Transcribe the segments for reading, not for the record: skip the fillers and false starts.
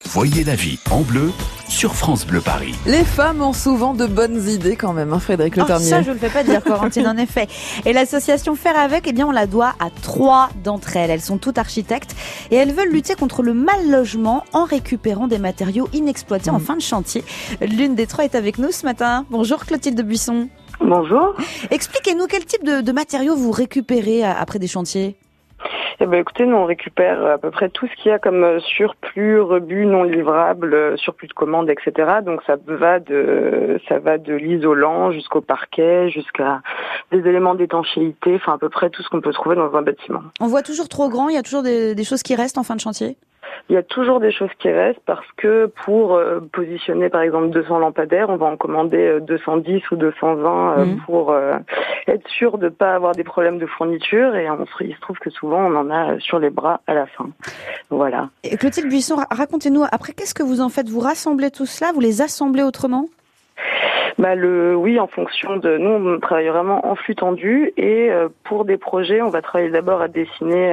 Voyez la vie en bleu sur France Bleu Paris. Les femmes ont souvent de bonnes idées quand même, hein, Frédéric Le Ternier. Ça, je ne le fais pas dire, Corentine, en effet. Et l'association Faire Avec, eh bien, on la doit à 3 d'entre elles. Elles sont toutes architectes et elles veulent lutter contre le mal logement en récupérant des matériaux inexploités en fin de chantier. L'une des 3 est avec nous ce matin. Bonjour Clotilde Buisson. Bonjour. Expliquez-nous quel type de matériaux vous récupérez après des chantiers. Eh ben, écoutez, nous on récupère à peu près tout ce qu'il y a comme surplus, rebut non livrable, surplus de commandes, etc. Donc ça va de l'isolant jusqu'au parquet, jusqu'à des éléments d'étanchéité, enfin à peu près tout ce qu'on peut trouver dans un bâtiment. On voit toujours trop grand, il y a toujours des choses qui restent en fin de chantier ? Il y a toujours des choses qui restent parce que pour positionner par exemple 200 lampadaires, on va en commander 210 ou 220 pour être sûr de ne pas avoir des problèmes de fourniture et il se trouve que souvent on en a sur les bras à la fin. Voilà. Et Clotilde Buisson, racontez-nous, après qu'est-ce que vous en faites ? Vous rassemblez tout cela ? Vous les assemblez autrement ? Oui, en fonction de nous, on travaille vraiment en flux tendu et pour des projets, on va travailler d'abord à dessiner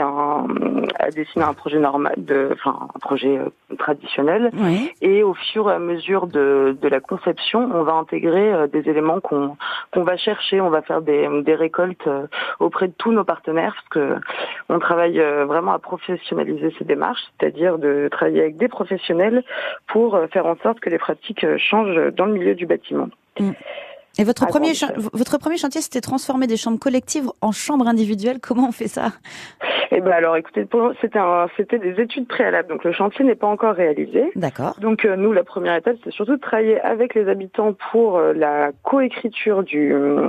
un projet normal, un projet traditionnel. Oui. Et au fur et à mesure de la conception, on va intégrer des éléments qu'on va chercher. On va faire des récoltes auprès de tous nos partenaires parce que on travaille vraiment à professionnaliser ces démarches, c'est-à-dire de travailler avec des professionnels pour faire en sorte que les pratiques changent dans le milieu du bâtiment. Et votre premier chantier, c'était transformer des chambres collectives en chambres individuelles. Comment on fait ça ? Alors, écoutez, c'était des études préalables. Donc, le chantier n'est pas encore réalisé. D'accord. Donc, nous, la première étape, c'est surtout de travailler avec les habitants pour la coécriture du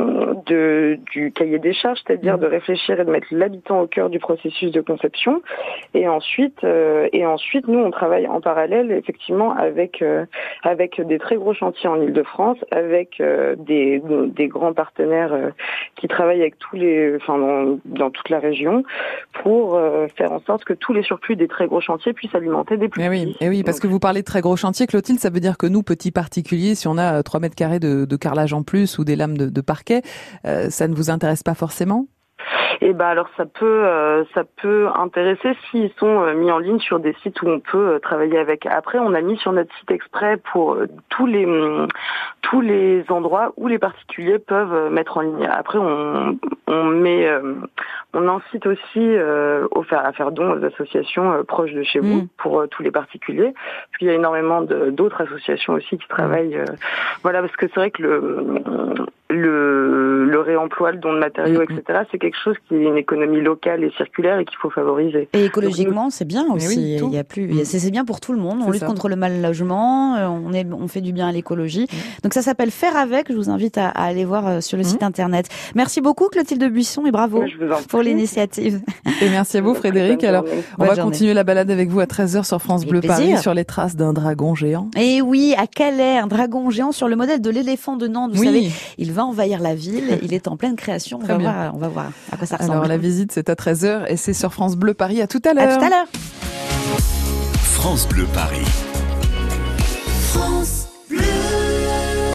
cahier des charges, c'est-à-dire de réfléchir et de mettre l'habitant au cœur du processus de conception. Et ensuite, nous, on travaille en parallèle, effectivement, avec des très gros chantiers en Île-de-France, avec des grands partenaires qui travaillent avec dans toute la région pour faire en sorte que tous les surplus des très gros chantiers puissent alimenter des plus petits. Oui, parce que vous parlez de très gros chantiers, Clotilde, ça veut dire que nous, petits particuliers, si on a 3 mètres carrés de carrelage en plus ou des lames de parquet, ça ne vous intéresse pas forcément ? Alors ça peut intéresser s'ils sont mis en ligne sur des sites où on peut travailler avec. Après, on a mis sur notre site exprès pour tous les endroits où les particuliers peuvent mettre en ligne. Après, on incite aussi à faire don aux associations proches de chez vous pour tous les particuliers, parce qu'il y a énormément d'autres associations aussi qui travaillent. Parce que c'est vrai que le réemploi, le don de matériaux, etc., c'est quelque chose qui est une économie locale et circulaire et qu'il faut favoriser. Et écologiquement, c'est bien aussi. C'est bien pour tout le monde. On lutte contre le mal logement, on fait du bien à l'écologie. Donc ça s'appelle Faire Avec. Je vous invite à aller voir sur le site internet. Merci beaucoup Clotilde Buisson et bravo pour l'initiative. Et merci à vous Frédéric. Alors, on va continuer la balade avec vous à 13h sur France Bleu Paris sur les traces d'un dragon géant. Et oui, à Calais, un dragon géant sur le modèle de l'éléphant de Nantes. Vous savez, il va envahir la ville. Il est en pleine création. On va voir à quoi ça ressemble. Alors la visite c'est à 13h et c'est sur France Bleu Paris. À tout à l'heure. À tout à l'heure. France Bleu Paris. France